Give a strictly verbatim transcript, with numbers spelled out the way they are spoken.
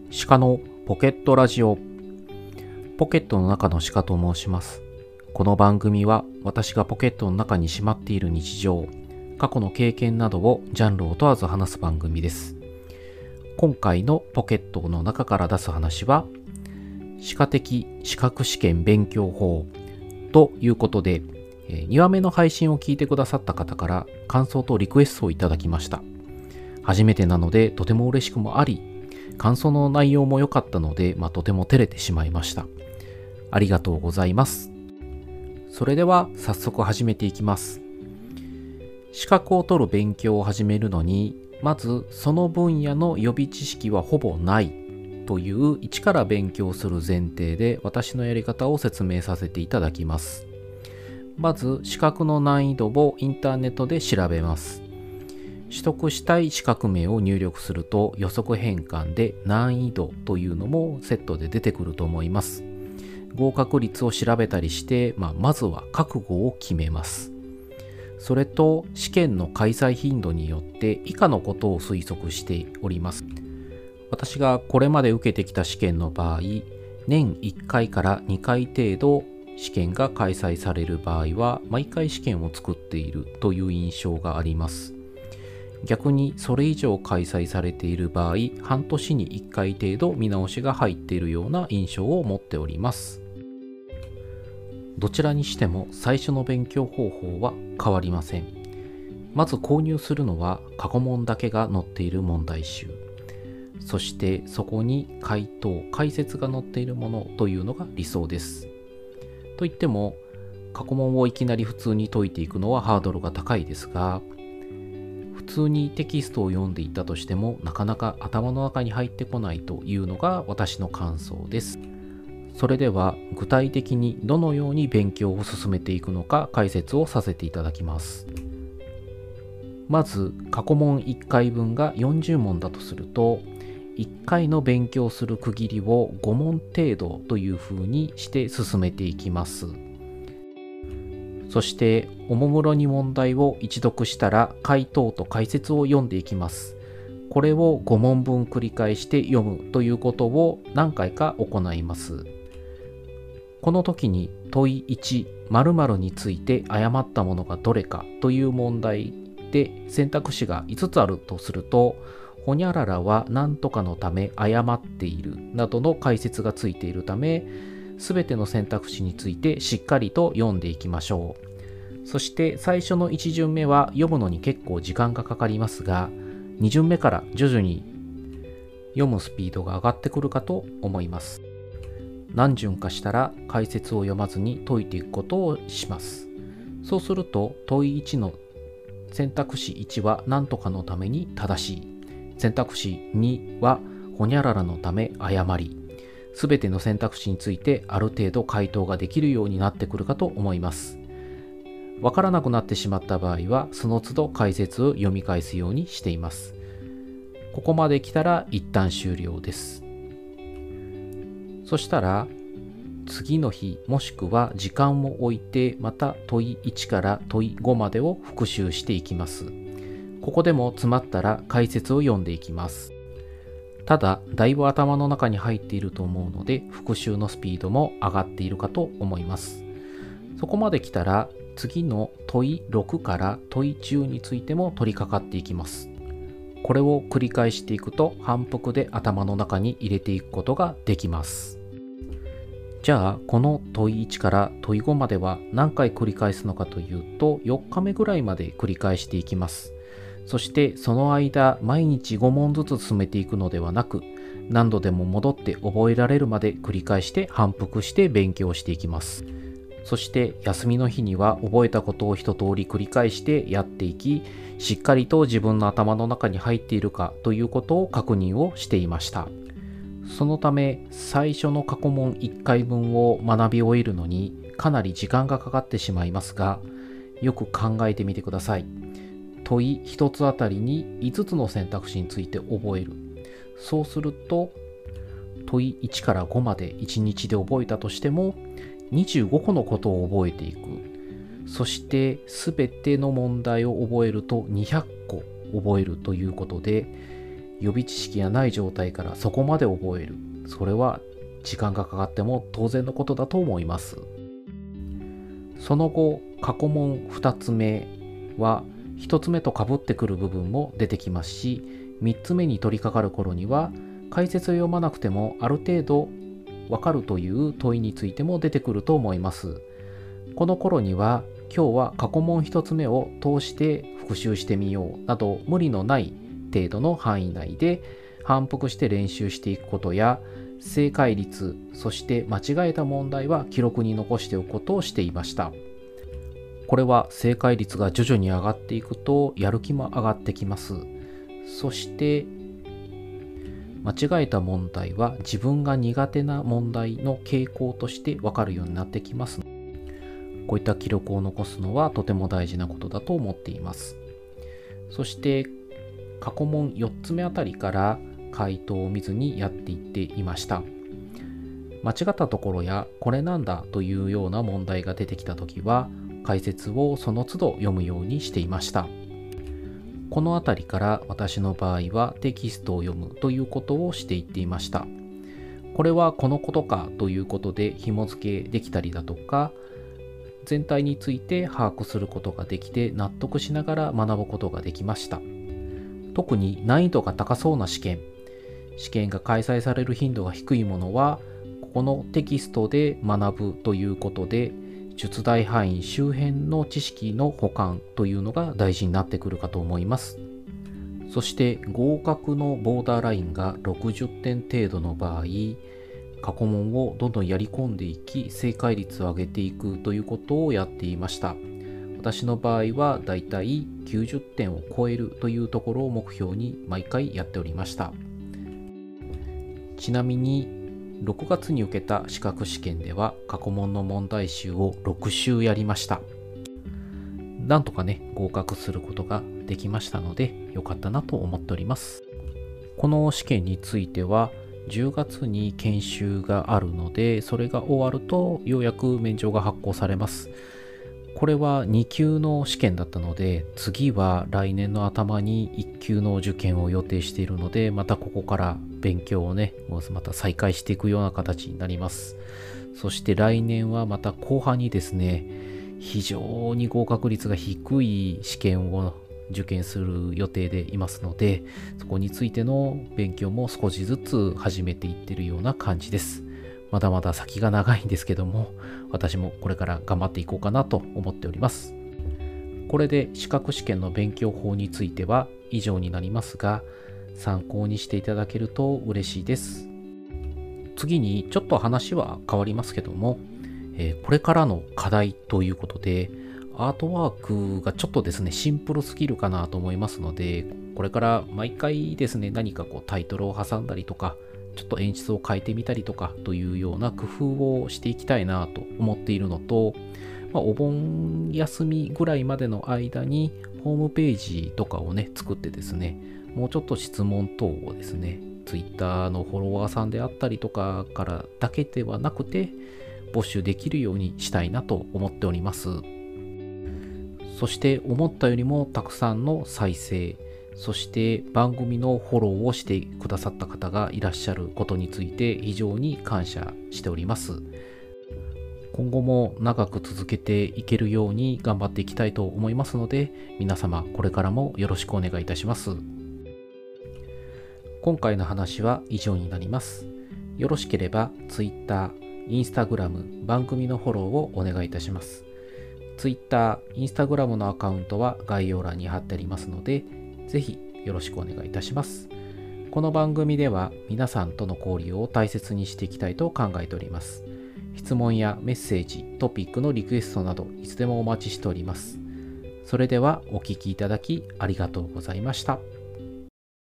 鹿のポケットラジオ。ポケットの中の鹿と申します。この番組は私がポケットの中にしまっている日常、過去の経験などをジャンルを問わず話す番組です。今回のポケットの中から出す話は、歯科的資格試験勉強法ということで、にわめの配信を聞いてくださった方から感想とリクエストをいただきました。初めてなのでとても嬉しくもあり、感想の内容も良かったので、まあ、とても照れてしまいました。ありがとうございます。それでは早速始めていきます。資格を取る勉強を始めるのに、まずその分野の予備知識はほぼないという一から勉強する前提で私のやり方を説明させていただきます。まず資格の難易度をインターネットで調べます。取得したい資格名を入力すると予測変換で難易度というのもセットで出てくると思います。合格率を調べたりして、まあ、まずは覚悟を決めます。それと試験の開催頻度によって以下のことを推測しております。私がこれまで受けてきた試験の場合、年いっかいからにかい程度試験が開催される場合は毎回試験を作っているという印象があります。逆にそれ以上開催されている場合、半年にいっかい程度見直しが入っているような印象を持っております。どちらにしても最初の勉強方法は変わりません。まず購入するのは過去問だけが載っている問題集。そしてそこに回答、解説が載っているものというのが理想です。といっても過去問をいきなり普通に解いていくのはハードルが高いですが、普通にテキストを読んでいたとしてもなかなか頭の中に入ってこないというのが私の感想です。それでは具体的にどのように勉強を進めていくのか解説をさせていただきます。まず過去問いっかいぶんがよんじゅうもんだとすると、いっかいの勉強する区切りをごもん程度というふうにして進めていきます。そしておもむろに問題を一読したら回答と解説を読んでいきます。これをごもんぶん繰り返して読むということを何回か行います。この時に問いいち、〇〇について誤ったものがどれかという問題で選択肢がいつつあるとすると、ほにゃららは何とかのため誤っているなどの解説がついているため、すべての選択肢についてしっかりと読んでいきましょう。そして最初のいち巡目は読むのに結構時間がかかりますが、に巡目から徐々に読むスピードが上がってくるかと思います。何巡かしたら解説を読まずに解いていくことをします。そうすると問いいちの選択肢いちは何とかのために正しい、選択肢にはほにゃららのため誤り、すべての選択肢についてある程度回答ができるようになってくるかと思います。わからなくなってしまった場合はその都度解説を読み返すようにしています。ここまで来たら一旦終了です。そしたら次の日もしくは時間を置いてまた問いいちから問いごまでを復習していきます。ここでも詰まったら解説を読んでいきます。ただだいぶ頭の中に入っていると思うので復習のスピードも上がっているかと思います。そこまで来たら次の問いろくから問いじゅうについても取り掛かっていきます。これを繰り返していくと反復で頭の中に入れていくことができます。じゃあこの問いいちから問いごまでは何回繰り返すのかというと、よっかめぐらいまで繰り返していきます。そしてその間毎日ご問ずつ進めていくのではなく、何度でも戻って覚えられるまで繰り返して反復して勉強していきます。そして休みの日には覚えたことを一通り繰り返してやっていき、しっかりと自分の頭の中に入っているかということを確認をしていました。そのため最初の過去問いっかいぶんを学び終えるのにかなり時間がかかってしまいますが、よく考えてみてください。問いひとつあたりにいつつの選択肢について覚える。そうすると問いいちからごまでいちにちで覚えたとしてもにじゅうごこのことを覚えていく。そしてすべての問題を覚えるとにひゃっこ覚えるということで、 予備知識がない状態からそこまで覚える。それは時間がかかっても当然のことだと思います。その後、過去問ふたつめはひとつめと被ってくる部分も出てきますし、みっつめに取り掛かる頃には解説を読まなくてもある程度わかるという問いについても出てくると思います。この頃には今日は過去問ひとつめを通して復習してみようなど無理のない程度の範囲内で反復して練習していくことや、正解率、そして間違えた問題は記録に残しておくことをしていました。これは正解率が徐々に上がっていくとやる気も上がってきます。そして間違えた問題は自分が苦手な問題の傾向として分かるようになってきます。こういった記録を残すのはとても大事なことだと思っています。そして過去問よっつめあたりから回答を見ずにやっていっていました。間違ったところやこれなんだというような問題が出てきたときは解説をその都度読むようにしていました。このあたりから私の場合はテキストを読むということをしていっていました。これはこのことかということで紐付けできたりだとか、全体について把握することができて納得しながら学ぶことができました。特に難易度が高そうな試験、試験が開催される頻度が低いものは、ここのテキストで学ぶということで、出題範囲周辺の知識の補完というのが大事になってくるかと思います。そして合格のボーダーラインがろくじゅってん程度の場合、過去問をどんどんやり込んでいき、正解率を上げていくということをやっていました。私の場合はだいたいきゅうじゅってんを超えるというところを目標に毎回やっておりました。ちなみにろくがつに受けた資格試験では過去問の問題集をろくしゅうやりました。なんとかね、合格することができましたので良かったなと思っております。この試験についてはじゅうがつに研修があるので、それが終わるとようやく免状が発行されます。これはに級の試験だったので、次は来年の頭にいっ級の受験を予定しているので、またここから勉強をね、また再開していくような形になります。そして来年はまた後半にですね、非常に合格率が低い試験を受験する予定でいますので、そこについての勉強も少しずつ始めていっているような感じです。まだまだ先が長いんですけども、私もこれから頑張っていこうかなと思っております。これで資格試験の勉強法については以上になりますが、参考にしていただけると嬉しいです。次にちょっと話は変わりますけども、えー、これからの課題ということで、アートワークがちょっとですね、シンプルすぎるかなと思いますので、これから毎回ですね、何かこうタイトルを挟んだりとか、ちょっと演出を変えてみたりとかというような工夫をしていきたいなと思っているのと、まあ、お盆休みぐらいまでの間にホームページとかをね作ってですね、もうちょっと質問等をですね、Twitter のフォロワーさんであったりとかからだけではなくて募集できるようにしたいなと思っております。そして思ったよりもたくさんの再生、そして番組のフォローをしてくださった方がいらっしゃることについて非常に感謝しております。今後も長く続けていけるように頑張っていきたいと思いますので、皆様これからもよろしくお願いいたします。今回の話は以上になります。よろしければ Twitter、Instagram、番組のフォローをお願いいたします。Twitter、Instagram のアカウントは概要欄に貼ってありますので、ぜひよろしくお願いいたします。この番組では皆さんとの交流を大切にしていきたいと考えております。質問やメッセージ、トピックのリクエストなどいつでもお待ちしております。それではお聞きいただきありがとうございました。